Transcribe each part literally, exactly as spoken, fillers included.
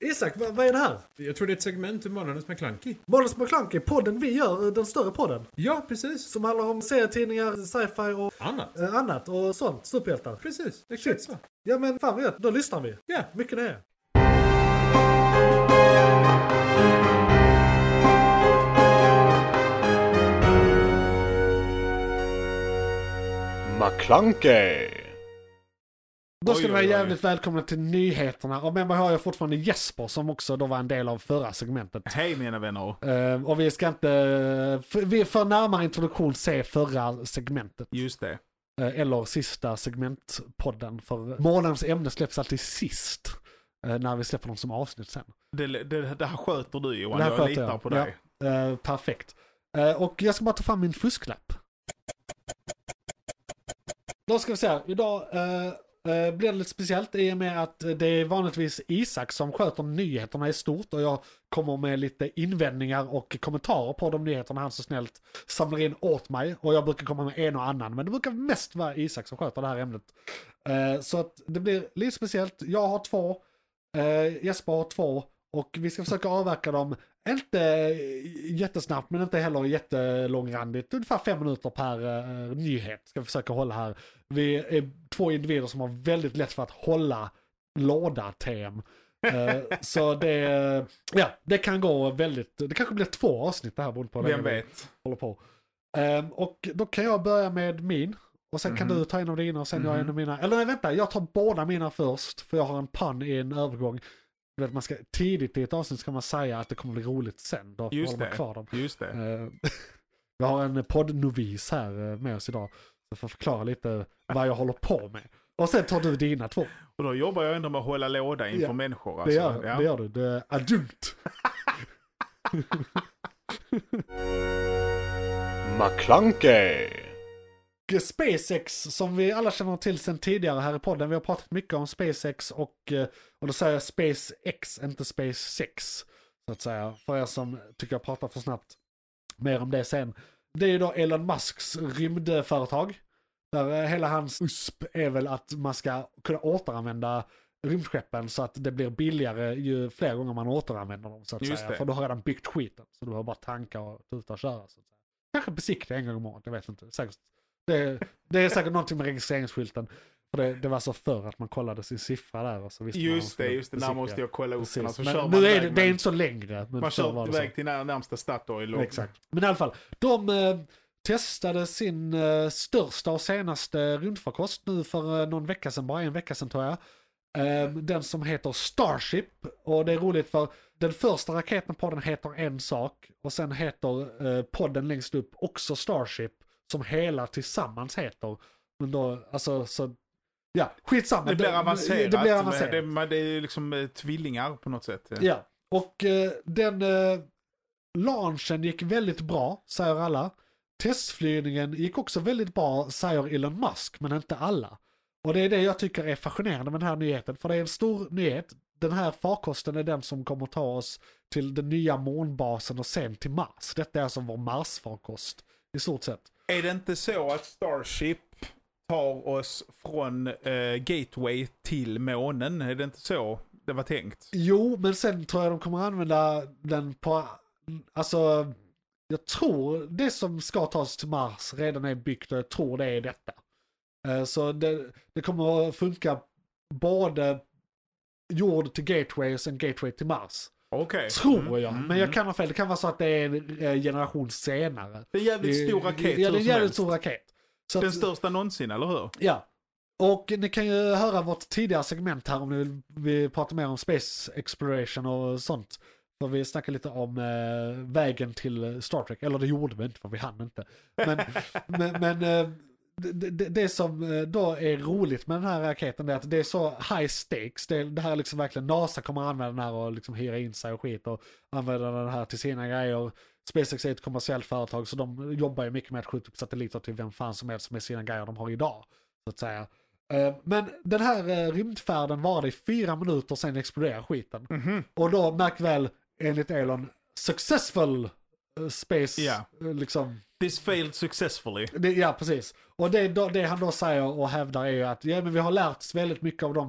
Isak, vad, vad är det här? Jag tror det är ett segment ur Månadens McKlunky. Månadens McKlunky, podden vi gör, den större podden. Ja, precis. Som handlar om serietidningar, sci-fi och annat, äh, annat och sånt. Superhjältar. Precis, exakt så. Ja men fan vad gött, då lyssnar vi. Ja. Yeah. Mycket det är. McKlunky. Då ska ni vara jävligt välkomna till nyheterna. Och med mig har jag fortfarande Jesper som också då var en del av förra segmentet. Hej mina vänner. Uh, och vi ska inte, för, vi för närmare introduktion se förra segmentet. Just det. Uh, eller sista segmentpodden. För månadens ämne släpps alltid sist. Uh, när vi släpper dem som avsnitt sen. Det, det, det här sköter du Johan, jag litar jag. på dig. Ja, uh, perfekt. Uh, och jag ska bara ta fram min fusklapp. Då ska vi se här. Idag uh, uh, blir det lite speciellt i och med att det är vanligtvis Isak som sköter nyheterna i stort. Och jag kommer med lite invändningar och kommentarer på de nyheterna han så snällt samlar in åt mig. Och jag brukar komma med en och annan. Men det brukar mest vara Isak som sköter det här ämnet. Uh, så att det blir lite speciellt. Jag har två. Uh, Jesper har två. Och vi ska försöka avverka dem. Inte jättesnabbt men inte heller jättelångrandigt. Ungefär fem minuter per uh, nyhet ska vi försöka hålla här. Vi är två individer som har väldigt lätt för att hålla låda-tem. Uh, så det, ja, det kan gå väldigt, det kanske blir två avsnitt det här beroende på. Vem vet. Håller på. Um, och då kan jag börja med min. Och sen mm-hmm. kan du ta en av dina och sen mm-hmm. jag en av mina. Eller nej, vänta, jag tar båda mina först. För jag har en pann i en övergång. Man ska, tidigt i ett avsnitt ska man säga att det kommer bli roligt sen. Då Just det, kvar dem. just det. Uh, vi har en poddnovis här med oss idag. Så för att förklara lite vad jag håller på med. Och sen tar du dina två. Och då jobbar jag ändå med att hålla låda inför ja, människor. Alltså. Det, gör, ja. det gör du. Det är adjunkt. McKlunky. SpaceX som vi alla känner till sedan tidigare här i podden. Vi har pratat mycket om SpaceX och, och då säger jag SpaceX, inte SpaceX så att säga. För er som tycker jag pratar för snabbt. Mer om det sen. Det är ju då Elon Musks rymdföretag. Där hela hans U S P är väl att man ska kunna återanvända rymdskeppen så att det blir billigare ju fler gånger man återanvänder dem så att Just säga. Det. För du har redan byggt skiten. Så du har bara tankar och tuta och köra så att säga. Kanske besikta en gång om året, jag vet inte. Säkert. Det, det är säkert någonting med registreringsskylten. För det, det var så förr att man kollade sin siffra där. Och så visste just man det, just det. Där måste jag kolla upp den. Alltså, men kör nu man är det, väg, det är men... inte så längre. Men man kör iväg så. till närmsta Statoil. Exakt. Men i alla fall, de eh, testade sin eh, största och senaste rymdfarkost nu för eh, någon vecka sedan, bara en vecka sedan tror jag. Eh, den som heter Starship. Och det är roligt för den första raketen på den heter en sak. Och sen heter eh, podden längst upp också Starship. Som hela tillsammans heter. Men då, alltså, så... Ja, skitsamma. Det blir avancerat. Det blir avancerat. Det, det är liksom eh, tvillingar på något sätt. Ja, ja. Och eh, den eh, launchen gick väldigt bra, säger alla. Testflygningen gick också väldigt bra, säger Elon Musk, men inte alla. Och det är det jag tycker är fascinerande med den här nyheten. För det är en stor nyhet. Den här farkosten är den som kommer ta oss till den nya månbasen och sen till Mars. Detta är alltså vår Mars-farkost i stort sett. Är det inte så att Starship tar oss från eh, Gateway till månen? Är det inte så det var tänkt? Jo, men sen tror jag de kommer använda den på... Alltså, jag tror det som ska tas till Mars redan är byggt och jag tror det är detta. Eh, så det, det kommer att funka både jord till Gateway och sen Gateway till Mars. Okay. Tror jag, mm, men jag mm. kan ha fel. Det kan vara så att det är en generation senare. Det är en jävligt stor raket. Ja, det är en jävligt helst. stor raket. Så den att, största någonsin, eller hur? Ja. Och ni kan ju höra vårt tidigare segment här om ni vill vi pratar mer om space exploration och sånt. För vi snackar lite om eh, vägen till Star Trek. Eller det gjorde vi inte för vi hann inte. Men, men, men eh, det, det, det som då är roligt med den här raketen är att det är så high stakes. Det, det här är liksom verkligen NASA kommer använda den här och liksom hyra in sig och skit och använda den här till sina grejer. SpaceX är ett kommersiellt företag så de jobbar ju mycket med att skjuta upp satelliter till vem fan som helst med sina grejer de har idag. Så att säga. Men den här rymdfärden var det i fyra minuter sen exploderar skiten. Mm-hmm. Och då märk väl enligt Elon successful space yeah. liksom. This failed successfully. Det, ja, precis. Och det, det han då säger och hävdar är ju att ja, men vi har lärt oss väldigt mycket av de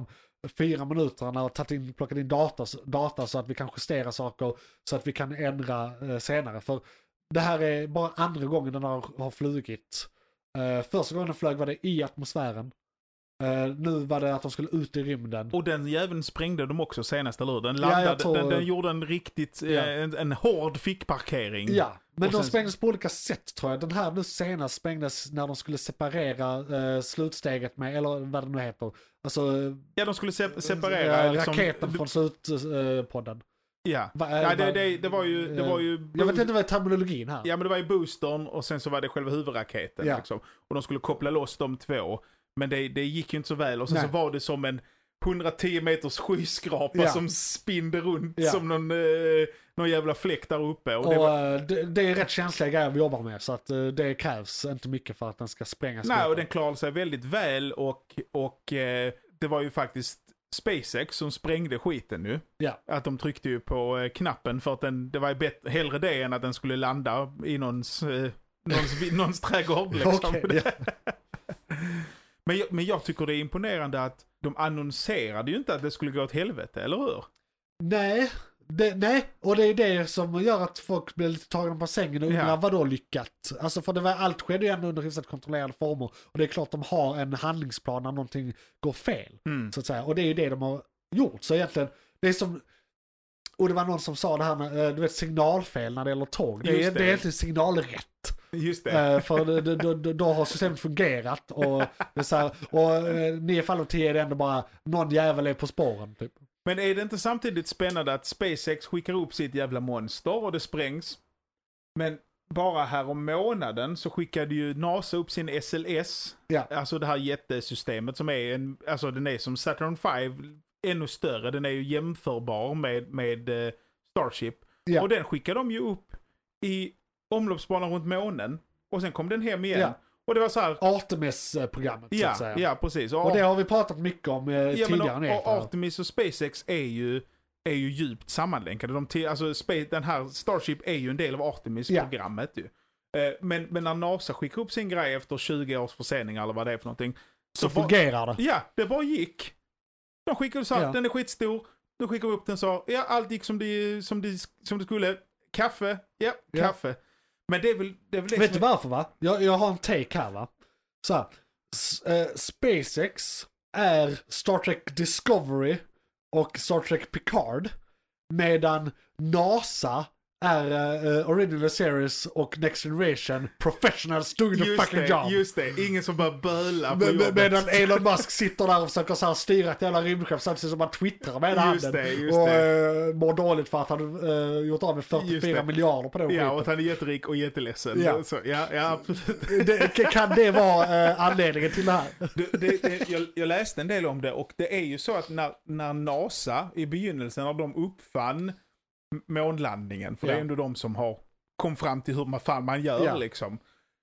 fyra minuterna och tagit in, plockat in data, data så att vi kan justera saker så att vi kan ändra eh, senare. För det här är bara andra gången den har, har flugit. Uh, första gången den flög var det i atmosfären. Uh, nu var det att de skulle ut i rymden. Och den jäveln sprängde de också senast, eller hur? Den landade, ja, tror... den, den gjorde en riktigt, ja. eh, en, en hård fickparkering. Ja, men och de sen... sprängdes på olika sätt tror jag. Den här nu senast sprängdes när de skulle separera uh, slutsteget med, eller vad det nu heter. Alltså, ja, de skulle se- separera. Uh, liksom, raketen från slutpodden. Uh, Ja, Va, ja det, det, det var ju... Det var ju bo- jag vet inte vad är terminologin här. Ja, men det var ju boostern och sen så var det själva huvudraketen. Ja. Liksom. Och de skulle koppla loss de två. Men det, det gick ju inte så väl. Och sen Nej. så var det som en hundratio meters skyskrapa Ja. som spinde runt Ja. som någon, eh, någon jävla fläkt där uppe. Och Och det, var... uh, det, det är rätt känsliga grejer vi jobbar med. Så att uh, det krävs inte mycket för att den ska sprängas. Nej, och den klarade sig väldigt väl. Och, och eh, det var ju faktiskt SpaceX som sprängde skiten nu. Ja. Att de tryckte ju på eh, knappen för att den, det var ju bättre, hellre det än att den skulle landa i någons, eh, någons, någons trädgård. Liksom. Okej, ja. men, jag, men jag tycker det är imponerande att de annonserade ju inte att det skulle gå åt helvete, eller hur? Nej, det, nej, och det är det som gör att folk blir lite tagna på sängen och undrar Ja. vad då lyckat. Alltså för det var, allt skedde ju ändå under hyfsat kontrollerade former. Och det är klart de har en handlingsplan när någonting går fel. Mm. Så att säga. Och det är ju det de har gjort. Så egentligen, det är som... Och det var någon som sa det här med, eh, du vet, signalfel när det gäller tåg. Det är, Just det. det är egentligen signalrätt. Just det. Eh, för då, då, då, då har systemet fungerat. Och, det är så här, och eh, nio fall av tio är det ändå bara någon jävel är på spåren. Typ. Men är det inte samtidigt spännande att SpaceX skickar upp sitt jävla monster och det sprängs? Men bara här om månaden så skickade ju NASA upp sin S L S. Ja. Alltså det här jättesystemet som är en, alltså den är som Saturn fem, ännu större. Den är ju jämförbar med, med uh, Starship. Ja. Och den skickade de ju upp i omloppsbanan runt månen. Och sen kom den hem igen. Ja. Och det var så här... Artemis-programmet så Ja, att säga. ja, precis. Och det har vi pratat mycket om eh, Ja, men tidigare. och, ner, och Artemis och SpaceX är ju, är ju djupt sammanlänkade. De till, alltså, Space, den här Starship är ju en del av Artemis-programmet. Ju. Eh, men, men när NASA skickar upp sin grej efter tjugo års förseningar eller vad det är för någonting. så bara- fungerar det. Ja, det bara gick. De skickade så här, Ja. den är skitstor. Nu skickar vi upp den så, ja, allt gick som det, som det, som det skulle. Kaffe, ja, Ja. kaffe. Men det är väl det, är väl det Vet du som är- varför va? Jag, jag har en take här va. Så här, S- eh, SpaceX är Star Trek Discovery och Star Trek Picard. Medan NASA är uh, Original Series och Next Generation Professionals doing the Just fucking det, job. just det. Ingen som bara bölar på Men- men- jobbet. Medan Elon Musk sitter där och försöker så här styra ett jävla rymdskepp samtidigt som han twittrar med handen. Just det, just och det. uh, mår dåligt för att han uh, gjort av med Just fyrtiofyra det. miljarder på den Ja, och skiten. att han är jätterik och jätteledsen. Ja. Så, ja, ja, absolut. Det, kan det vara uh, anledningen till det här? Det, det, det, jag, jag läste en del om det och det är ju så att när, när NASA i begynnelsen när de uppfann m- månlandningen, för det Ja. är ändå de som har kom fram till hur man fan man gör Ja. liksom.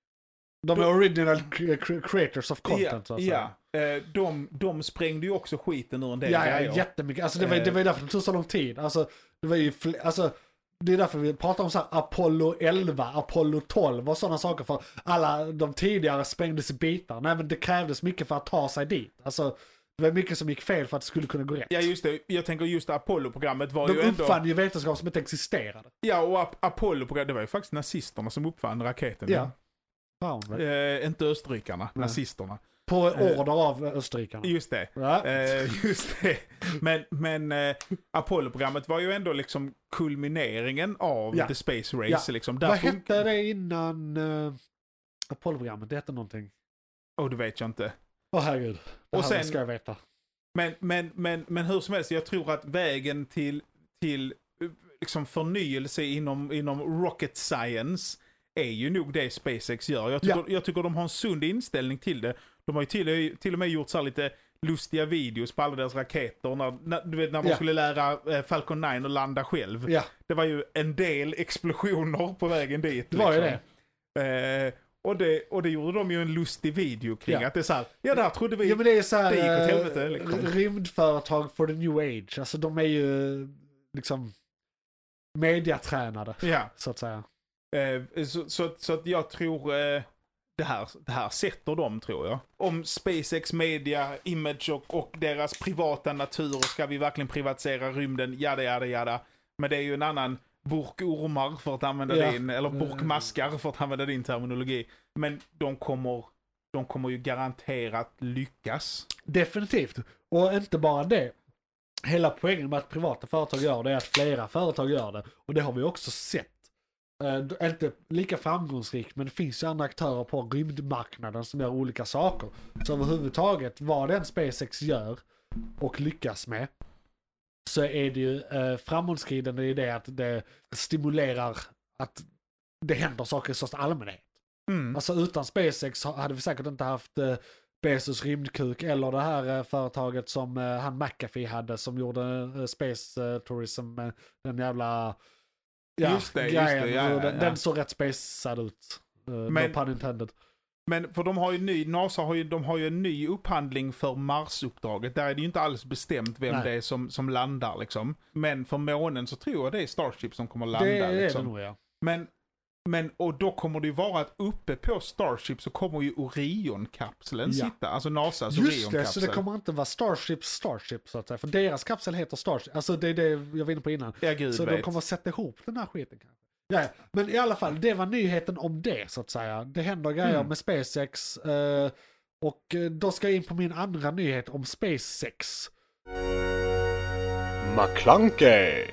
De är original cre- creators of content så att säga. Ja, eh, de, de sprängde ju också skiten ur en del Ja, ja, grejer. jättemycket. Alltså det var, Eh. det var ju därför det tog så lång tid. Alltså, det var ju fl- alltså, det är därför vi pratar om så här Apollo elva, Apollo tolv och sådana saker. För alla de tidigare sprängdes i bitar. Nej, men det krävdes mycket för att ta sig dit. Alltså, det var mycket som gick fel för att det skulle kunna gå rätt. Ja, just det. Jag tänker just Apollo-programmet var De ju ändå... uppfann ju vetenskap som inte existerade. Ja, och Ap- Apollo-programmet, det var ju faktiskt nazisterna som uppfann raketen. Ja. Fan, Eh, inte österrikarna, Nej. nazisterna. på order av österrikarna. Just det. Ja. Eh, just det. Men, men eh, Apollo-programmet var ju ändå liksom kulmineringen av Ja. The Space Race. Ja. Liksom. Vad Där hette det innan uh, Apollo-programmet? Det hette någonting. Åh, oh, det vet jag inte. Åh herregud. Det Och här sen- ska jag veta. Men, men, men, men hur som helst, jag tror att vägen till, till eh, liksom förnyelse inom, inom rocket science är ju nog det SpaceX gör. Jag tycker, Ja. jag tycker de har en sund inställning till det. De har ju till, till och med gjort så här lite lustiga videos på alla deras raketer. När, när, du vet, när de Ja. skulle lära eh, Falcon nio att landa själv. Ja, Det var ju en del explosioner på vägen dit. det var ju liksom. det. Eh, och det. Och det gjorde de ju en lustig video kring. Ja. Att det är så här, ja där trodde vi... Ja men det är så här, det gick åt eh, helvete, liksom. rymdföretag for the new age. Alltså de är ju liksom mediatränade ja. så att säga. Eh, så, så, så att jag tror eh, det här, det här sätter dem, tror jag. Om SpaceX Media, Image och, och deras privata natur, ska vi verkligen privatisera rymden, jada, jada, jada. Men det är ju en annan burkormar, för att använda Ja. din, eller burkmaskar, för att använda din terminologi. Men de kommer, de kommer ju garanterat lyckas. Definitivt. Och inte bara det. Hela poängen med att privata företag gör det är att flera företag gör det. Och det har vi också sett. Uh, inte lika framgångsrikt, men det finns ju andra aktörer på rymdmarknaden som gör olika saker. Så överhuvudtaget, vad den SpaceX gör och lyckas med, så är det ju uh, framåtskridande i det att det stimulerar att det händer saker i största allmänhet. Mm. Alltså utan SpaceX hade vi säkert inte haft uh, Bezos rymdkuk eller det här uh, företaget som uh, han McAfee hade som gjorde uh, Space uh, Tourism, uh, den jävla ja, Just det, just grejen, det, ja, ja, den, ja. den såg rätt spacad ut. Uh, Men- no pun intended. Men för de har ju ny, NASA har ju, de har ju en ny upphandling för Mars-uppdraget. Där är det ju inte alls bestämt vem Nej. det är som, som landar liksom. Men för månen så tror jag det är Starship som kommer landa Det är liksom. det nog, ja. Men, men, och då kommer det ju vara att uppe på Starship så kommer ju Orion-kapseln Ja. sitta. Alltså NASAs Just det, Orion-kapsel. så det kommer inte vara Starship Starship så att säga. För deras kapsel heter Starship. Alltså det är det jag var inne på innan. Ja, gud Så vet. de kommer sätta ihop den här skiten kanske. Ja, men i alla fall, det var nyheten om det så att säga. Det händer grejer Mm. med SpaceX. Eh, och eh, då ska jag in på min andra nyhet om SpaceX. McClunkey.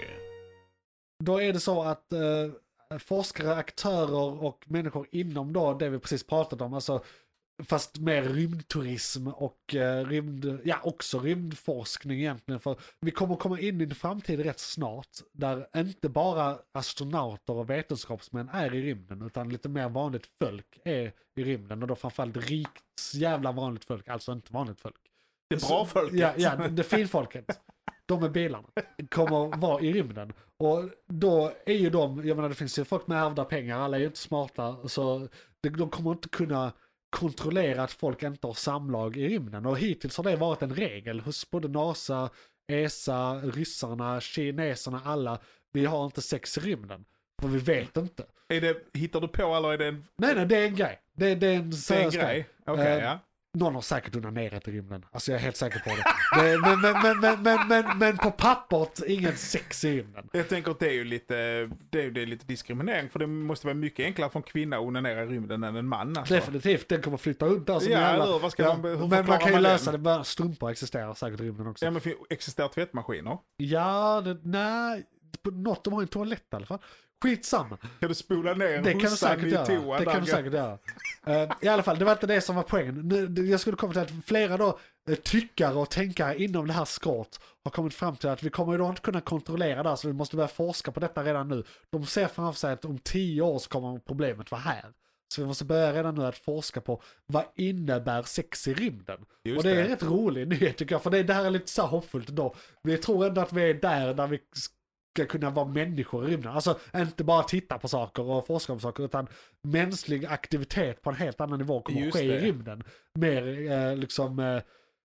Då är det så att eh, forskare, aktörer och människor inom då det vi precis pratat om, alltså fast mer rymdturism och eh, rymd, ja också rymdforskning egentligen, för vi kommer komma in i en framtid rätt snart där inte bara astronauter och vetenskapsmän är i rymden utan lite mer vanligt folk är i rymden, och då framförallt rikt jävla vanligt folk, alltså inte vanligt folk. Det är bra folket. Ja, ja, det, det finfolket. De med bilarna kommer vara i rymden. Och då är ju de, jag menar det finns ju folk med ärvda pengar, alla är ju inte smarta, så det, de kommer inte kunna kontrollera att folk inte har samlag i rymden. Och hittills har det varit en regel hos både NASA, E S A, ryssarna, kineserna, alla. Vi har inte sex i rymden. För vi vet inte. Är det, hittar du på eller är det en, Nej, nej, det är en grej. Det, det är en det är en seriös grej? Okej, Eh, ja. Någon har säkert onanerat i rymden. Alltså jag är helt säker på det. det men, men, men, men, men, men, men på pappret, inget sex i rymden. Jag tänker att det är ju lite, det är, det är lite diskriminering, för det måste vara mycket enklare för en kvinna att onanera i rymden än en man. Alltså. Definitivt, den kommer flytta runt där som Ja, jävla... eller vad ska Ja, man, hur men man förklarar kan ju man lösa den? det, bara strumpor existerar säkert i rymden också. Ja, men fin- existerar tvättmaskiner? Ja, det, nej, på något, de har ju en toalett i alla fall. Skitsamma. Kan du spola ner Det kan du hussan säkert i göra. toan? Det kan där? du säkert göra. Uh, I alla fall, det var inte det som var poängen. Nu, det- jag skulle komma till att flera då uh, tyckare och tänkare inom det här skåret har kommit fram till att vi kommer ju då inte kunna kontrollera det, så vi måste börja forska på detta redan nu. De ser framför sig att om tio år så kommer problemet vara här. Så vi måste börja redan nu att forska på vad innebär sex i rymden. Just och det är det. en rätt rolig nyhet tycker jag, för det, det här är lite så här hoppfullt ändå. Vi tror ändå att vi är där där vi ska kunna vara människor i rymden. Alltså inte bara titta på saker och forska om saker, utan mänsklig aktivitet på en helt annan nivå kommer Just ske det. i rymden. Mer eh, liksom... Eh,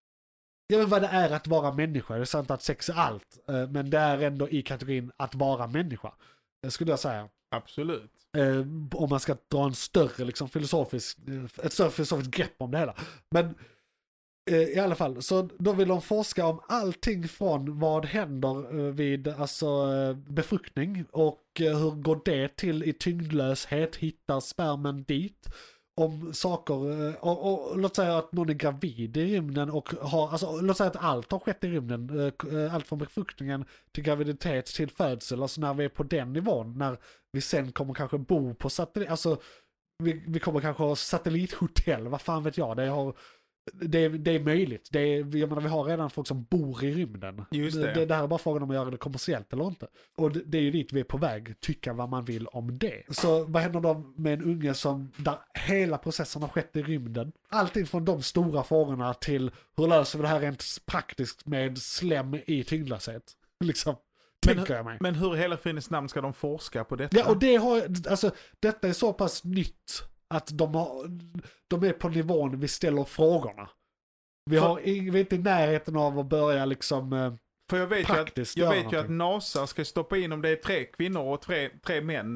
jag vet vad det är att vara människa. Det är sant att sex är allt. Eh, men det är ändå i kategorin att vara människa. Det skulle jag säga. Absolut. Eh, om man ska dra en större liksom, filosofisk, eh, ett större filosofiskt grepp om det hela. Men eh, i alla fall, så då vill de forska om allting från vad händer eh, vid alltså, eh, befruktning och eh, hur går det till i tyngdlöshet, hittar spermen dit, om saker, eh, och, och låt säga att någon är gravid i rymden och har, alltså låt säga att allt har skett i rymden, eh, allt från befruktningen till graviditet till födsel, alltså när vi är på den nivån, när vi sen kommer kanske bo på satellit, alltså vi, vi kommer kanske ha satellithotell, vad fan vet jag, det har Det, det är möjligt. Det är, jag menar, vi har redan folk som bor i rymden. Just det. Det, det här är bara frågan om att göra det kommersiellt eller inte. Och det, det är ju dit vi är på väg. Tycka vad man vill om det. Så vad händer då med en unge som där hela processen har skett i rymden? Allting från de stora frågorna till hur löser vi det här rent praktiskt med slem i tyngdlöshet? Liksom, Men, tänker jag mig. men hur i hela fridens namn ska de forska på detta? Ja, och det har, alltså, detta är så pass nytt att de, har, de är på nivån vi ställer frågorna. Vi, För- har, vi är inte i närheten av att börja liksom eh, För jag vet ju att, praktiskt jag göra vet ju att någonting. NASA ska stoppa in, om det är tre kvinnor och tre, tre män,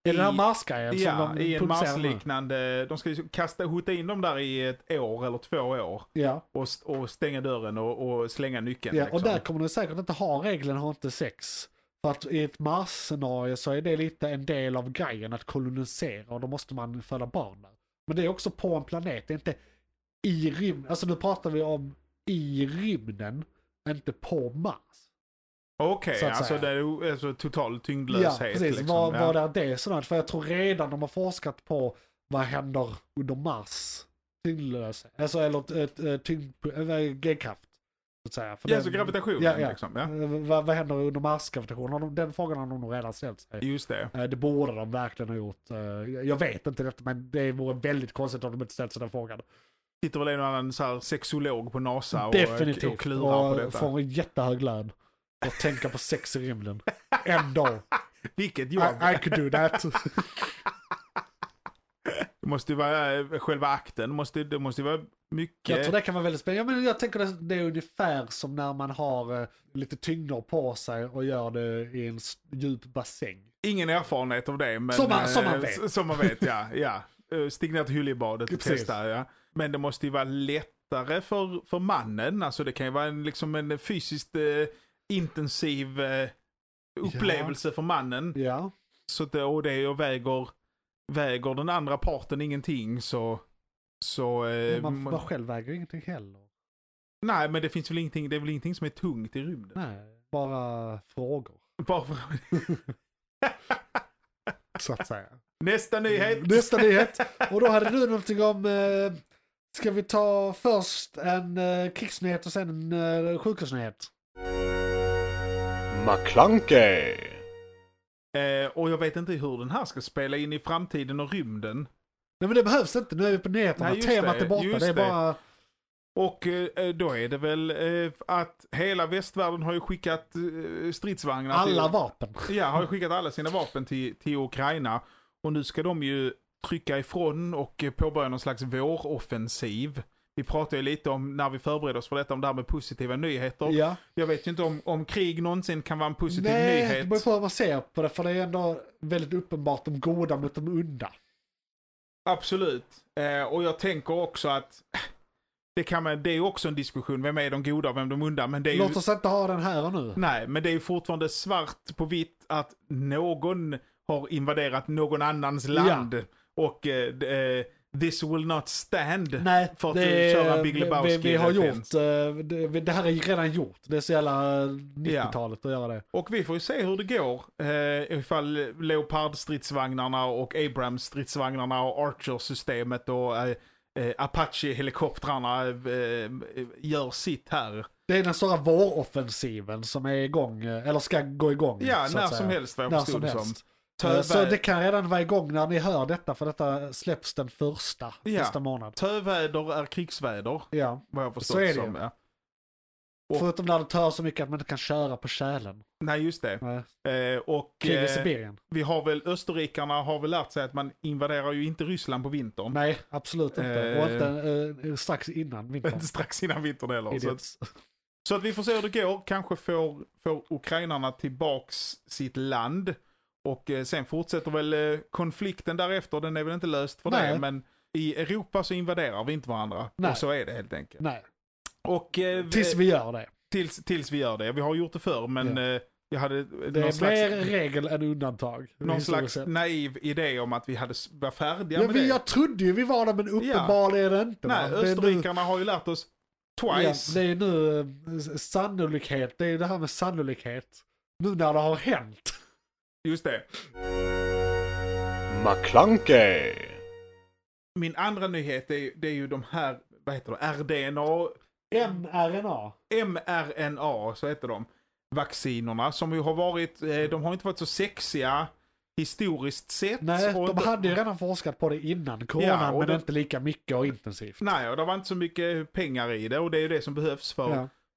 Är det den här Mars-grejen som Ja, de i en publicerar nu? Marsliknande, de ska ju kasta, hota in dem där i ett år eller två år. Ja. Och, och stänga dörren och, och slänga nyckeln. Ja, liksom. och där kommer du säkert inte ha regeln har inte sex. För att i ett Mars-scenario så är det lite en del av grejen att kolonisera och då måste man föda barn där. Men det är också på en planet, det är inte i rymden. Alltså nu pratar vi om i rymden, inte på Mars. Okej, så att alltså säga. det är alltså total Ja, tyngdlöshet. precis. Liksom. Vad, ja. vad är det sådant? För jag tror redan de har forskat på vad händer under Mars tyngdlöshet. Alltså eller ett, ett, tyngd, äh, G-kraft. Så att säga. För Ja, den- så gravitationen ja, ja. liksom. Ja. Eh, Vad, vad händer under Mars-gravitation? Har de- Den frågan har de nog redan ställt sig. Just det. Eh, Det borde de verkligen ha gjort. Eh, Jag vet inte detta, men det vore väldigt konstigt om de inte ställt sig den frågan. Sitter väl en och annan så här sexolog på NASA och, Definitivt. och klurar Och på detta. får en jättehög lön. Och tänka på sex i rymden. Ändå. Vilket jobb. I, I could do that. Det måste ju vara eh, själva akten. Måste, det måste ju vara mycket. Jag tror det kan vara väldigt spännande. Ja, men jag tänker det, det är ungefär som när man har eh, lite tyngder på sig och gör det i en s- djup bassäng. Ingen erfarenhet av det. Men, Som man- eh, som man vet. s- Som man vet, ja. ja. Eh, Stig ner till Hyljebadet och Precis. testa. Ja. Men det måste ju vara lättare för, för mannen. Alltså det kan ju vara en, liksom en fysiskt eh, intensiv eh, upplevelse för mannen. Ja. Så det, och det och väger, väger den andra parten ingenting så... så eh, Men man, man själv väger ingenting heller. nej, men det finns väl ingenting, det är väl ingenting som är tungt i rymden. Nej, bara frågor. Bara för... Så att säga. Nästa nyhet! Nästa nyhet. Och då hade du någonting om... Eh, ska vi ta först en eh, krigsnyhet och sen en eh, sjukhusnyhet? McClunkey. Eh, och jag vet inte hur den här ska spela in i framtiden och rymden. Nej men det behövs inte, nu är vi på nyheterna. Nej, just Temat det, är borta, just det är det. bara... Och eh, då är det väl eh, att hela västvärlden har ju skickat eh, stridsvagnar Alla till... vapen. Ja, har ju skickat alla sina vapen till, till Ukraina. Och nu ska de ju trycka ifrån och eh, påbörja någon slags våroffensiv. Vi pratar ju lite om, när vi förbereder oss för detta, om det här med positiva nyheter. Ja. Jag vet ju inte om, om krig någonsin kan vara en positiv Nej, nyhet. det beror på hur man ser på det, för det är ändå väldigt uppenbart de goda mot de onda. Absolut. Eh, och jag tänker också att det, kan man, det är ju också en diskussion. Vem är de goda och vem de onda? Men det är ju, Låt oss inte ha den här och nu. nej, men det är ju fortfarande svart på vitt att någon har invaderat någon annans land. Och eh, eh, this will not stand. Nej, för att det, köra Big vi, Lebowski vi, vi har gjort, referens. eh, det, det här är redan gjort. Det är så jävla nittiotalet att göra det. Och vi får ju se hur det går. Eh, ifall Leopard-stridsvagnarna och Abrams-stridsvagnarna och Archer-systemet och eh, eh, Apache-helikoptrarna eh, gör sitt här. Det är den stora våroffensiven som är igång, eh, eller ska gå igång. Ja, så att när säga. som helst vad jag När förstod som som. helst. Töve- Eh, Så det kan redan vara igång när ni hör detta, för detta släpps den första, Ja. första månad. Töväder är krigsväder, Ja, vad jag förstått Så är det som. ju. Ja. Och- förutom när det tör så mycket att man inte kan köra på kärlen. Nej, just det. Nej. Eh, och Krig i eh, Sibirien. vi har väl, österrikarna har väl lärt sig att man invaderar ju inte Ryssland på vintern. Nej, absolut inte. Eh. Och inte eh, strax innan vintern. Strax innan vintern heller. Så att, Idiots. så att vi får se hur det går. Kanske får, får ukrainarna tillbaks sitt land. Och eh, sen fortsätter väl eh, konflikten därefter. Den är väl inte löst för Nej. det. Men i Europa så invaderar vi inte varandra. Nej. Och så är det helt enkelt. Nej, Och, eh, tills vi gör det. tills, tills vi gör det. Vi har gjort det förr, men Ja. eh, vi hade Det någon är slags, mer regel än undantag. någon historiskt slags sett. naiv idé om att vi hade s- var färdiga Ja, med vi, det. jag trodde ju vi var där, men uppenbarligen är det inte. Nej, va? Det är nu- österrikarna har ju lärt oss Ja, twice. det är nu eh, sannolikhet, det är det här med sannolikhet. Nu när det har hänt. Just det. McClunkey. Min andra nyhet är, det är ju de här, vad heter det, R D N A, mRNA. mRNA, så heter de, vaccinerna som ju har varit, eh, de har inte varit så sexiga historiskt sett. Nej, och de inte- hade ju redan forskat på det innan coronan, Ja, och men det- inte lika mycket och intensivt. Nej, och det var inte så mycket pengar i det och det är ju det som behövs för, Ja.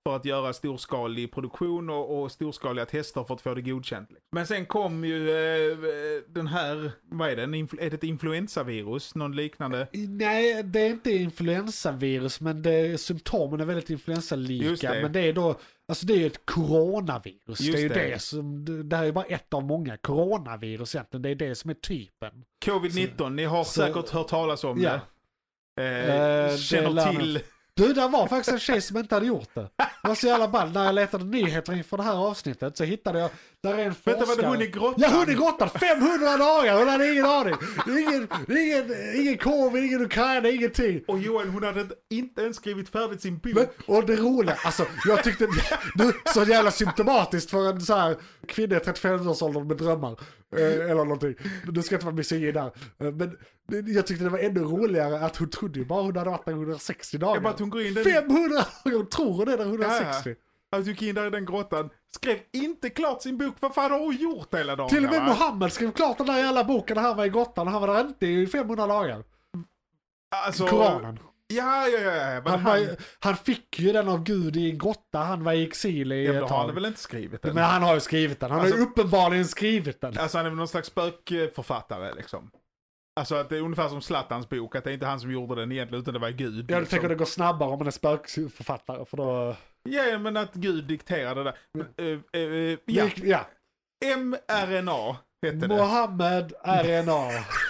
för att göra storskalig produktion och, och storskaliga tester för att få det godkänt. Men sen kom ju eh, den här, vad är det, en influ- är det ett influensavirus, någon liknande? Nej, det är inte influensavirus, men det, symptomen är väldigt Just influensalika. det. Men det är då, alltså det är ju ett coronavirus. Just det är ju det. det. som, det här är ju bara ett av många coronavirus egentligen. Det är det som är typen. covid nitton, ni har så- säkert hört talas om Ja. det. Eh, Eh, det känner lär till... Du, där var faktiskt en tjej som inte hade gjort det. Det var så jävla ball. När jag letade nyheter inför det här avsnittet så hittade jag, där är en forskare. Vänta, var det hon i grottan? Ja, hon i grottan. femhundra dagar. Hon hade ingen aning. Ingen, ingen, ingen covid, ingen Ukraina, ingenting. Och Johan, hon hade inte ens skrivit färdigt sin bok. Men, och det roliga, alltså jag tyckte, du, så jävla symptomatiskt för en så här kvinna i trettiofem-årsåldern med drömmar. Eh, eller någonting. Du ska inte vara misogyn där. Eh, men det- jag tyckte det var ännu roligare att hon trodde ju bara hon hade varit där hundrasextio dagar. Jag bara att hon går in där. femhundra dagar, hon tror hon är där hundrasextio. Att du gick in där i den grottan, skrev inte klart sin bok. Vad fan har hon gjort hela dagen? Till och med va? Mohammed skrev klart den där jävla boken när han var i grottan. Han var där inte i femhundra dagar. Alltså, Koranen. Ja, ja, ja. ja. Men Han, han, var, han fick ju den av Gud i en grotta. Han var i exil i ja, ett då har han tag. väl inte skrivit den. Men han har ju skrivit den. Han har ju Alltså- uppenbarligen skrivit den. Alltså han är väl någon slags spökförfattare liksom. Alltså att det är ungefär som Zlatans bok, att det är inte han som gjorde den egentligen utan det var Gud. Jag liksom. tänker det går snabbare om man är spökförfattare för då... Ja, men att Gud dikterade det. Men, eh, eh, ja, ja. mRNA hette det. Mohammed R N A.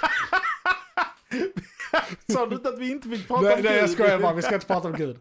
Sa du inte att vi inte fick prata nej, om nej, Gud? jag skojar bara. Vi ska inte prata om Gud.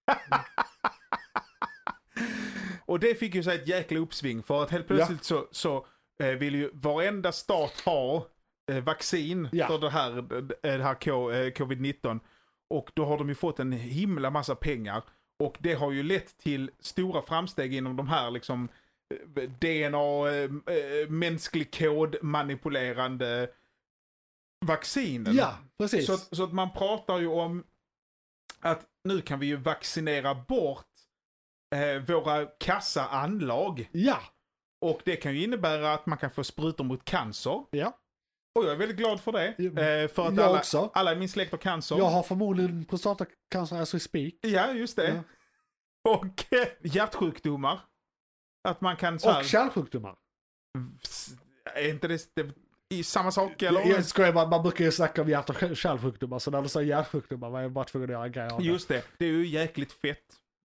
Och det fick ju sig ett jäkla uppsving för att helt plötsligt så, så eh, vill ju varenda stat ha eh, vaccin Ja. för det här, eh, det här K- eh, covid nitton. Och då har de ju fått en himla massa pengar. Och det har ju lett till stora framsteg inom de här liksom eh, D N A, eh, eh, mänsklig kod manipulerande vaccinen. Ja, precis. Så, att- så att man pratar ju om att nu kan vi ju vaccinera bort eh, våra kassa anlag. Ja, Och det kan ju innebära att man kan få sprutor mot cancer. ja. Och jag är väldigt glad för det. Eh, för att Jag alla, också. alla i min släkt har cancer. Jag har förmodligen prostatacancer as we speak. Ja, just det. Ja. Och eh, hjärtsjukdomar. Att man kan så här, Och kärlsjukdomar. är inte det, det i samma sak eller? Jag skojar bara, man brukar ju snacka om hjärt- och kärlsjukdomar. Så när du säger hjärtsjukdomar var jag bara tvungen att göra en grej av det. Just det. Det är ju jäkligt fett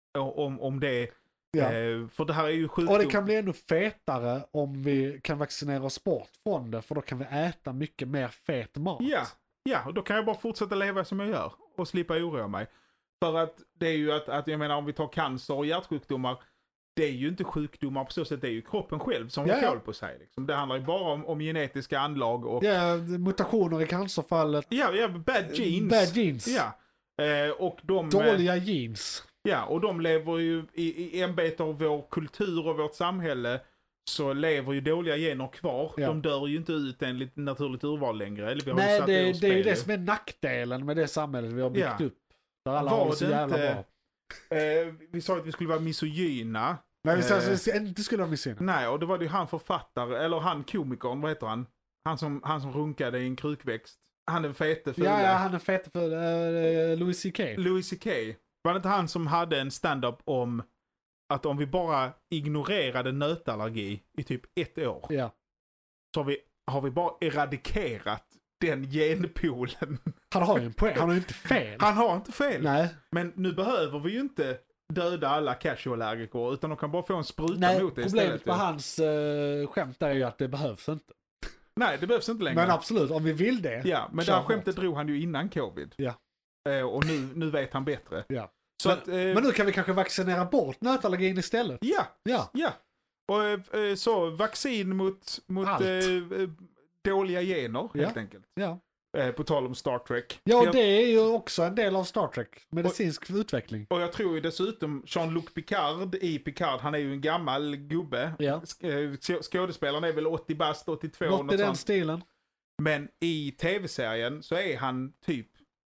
om, om det. Ja. Eh, för det här är ju sjukdom. Och det kan bli ännu fetare om vi kan vaccinera oss bort från det. För då kan vi äta mycket mer fet mat. Ja, ja, och då kan jag bara fortsätta leva som jag gör och slippa oroa mig. För att det är ju att, att jag menar om vi tar cancer och hjärtsjukdomar, det är ju inte sjukdomar på så sätt, det är ju kroppen själv som Ja, har ja. koll på sig. Liksom. Det handlar ju bara om, om genetiska anlag och... Ja, mutationer i cancerfallet. Ja, ja, bad genes. Bad genes. Ja. Eh, och de... Dåliga jeans. Ja, och de lever ju i, i ämbete av vår kultur och vårt samhälle, så lever ju dåliga gener kvar. Ja. De dör ju inte ut enligt naturligt urval längre. Eller vi har ju Nej, satt det, ur det är spel ju det som är nackdelen med det samhället vi har byggt Ja. upp. Där alla Var har det så det jävla inte- bra. Eh, vi sa att vi skulle vara misogyna. Nej, vi Eh. ska inte skulle vara missgynnade. Nej, och det var det ju han författare, eller han komikern, vad heter han? Han som, han som runkade i en krukväxt. Han är fete fule. Ja, ja, han är fet för uh, Louis C K. Louis C K. Var det inte han som hade en stand-up om att om vi bara ignorerade nötallergi i typ ett år, Ja. så har vi, har vi bara eradikerat den genpoolen. Han har ju en poäng, han har ju inte fel. Han har inte fel. Nej, Men nu behöver vi ju inte döda alla cashew-allergiker, utan de kan bara få en spruta Nej mot det problemet istället. med ju. hans uh, skämt är ju att det behövs inte. Nej, det behövs inte längre. Men absolut, om vi vill det. Ja, men det kör här hårt. skämtet drog han ju innan covid. Ja. Eh, och nu, nu vet han bättre. Ja. Så Men, att, eh, men nu kan vi kanske vaccinera bort nötallergin istället. ja, Ja. ja. Och eh, så vaccin mot, mot Allt. eh, eh, dåliga gener, helt Ja. enkelt. Ja. Eh, på tal om Star Trek. Ja, jag, det är ju också en del av Star Trek. Medicinsk utveckling. och jag tror ju dessutom Jean-Luc Picard i Picard, han är ju en gammal gubbe. Ja. Sk- eh, sk- Skådespelaren är väl åttio bast, åttiotvå. Något i något den sånt. stilen. Men i tv-serien så är han typ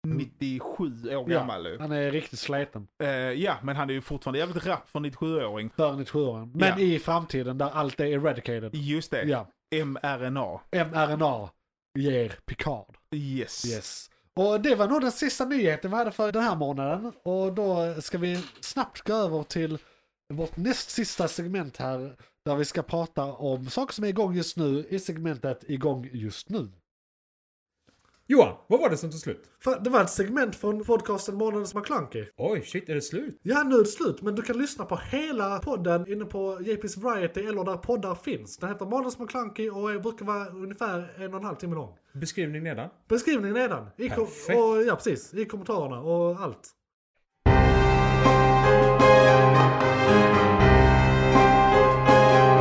nittiosju år gammal. Ja, Ja. han är riktigt sliten. Uh, ja, men han är ju fortfarande jävligt rapp för nittiosjuåring. För nittiosjuåringen. Men Ja. i framtiden där allt är eradicated. Just det. Ja. mRNA. mRNA ger Picard. Yes. Yes. Och det var nog den sista nyheten vi hade för den här månaden. Och då ska vi snabbt gå över till vårt näst sista segment här. Där vi ska prata om saker som är igång just nu i segmentet igång just nu. Johan, vad var det som tog slut? För det var ett segment från podcasten Månadens McKlunky. Oj, shit, är det slut? Ja, nu är det slut. Men du kan lyssna på hela podden inne på J P's Variety eller där poddar finns. Den heter Månadens McKlunky och brukar vara ungefär en och en halv timme lång. Beskrivning nedan. Beskrivningen nedan. I kom- och, ja, precis. I kommentarerna och allt.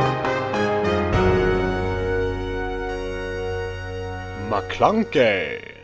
McClunkey!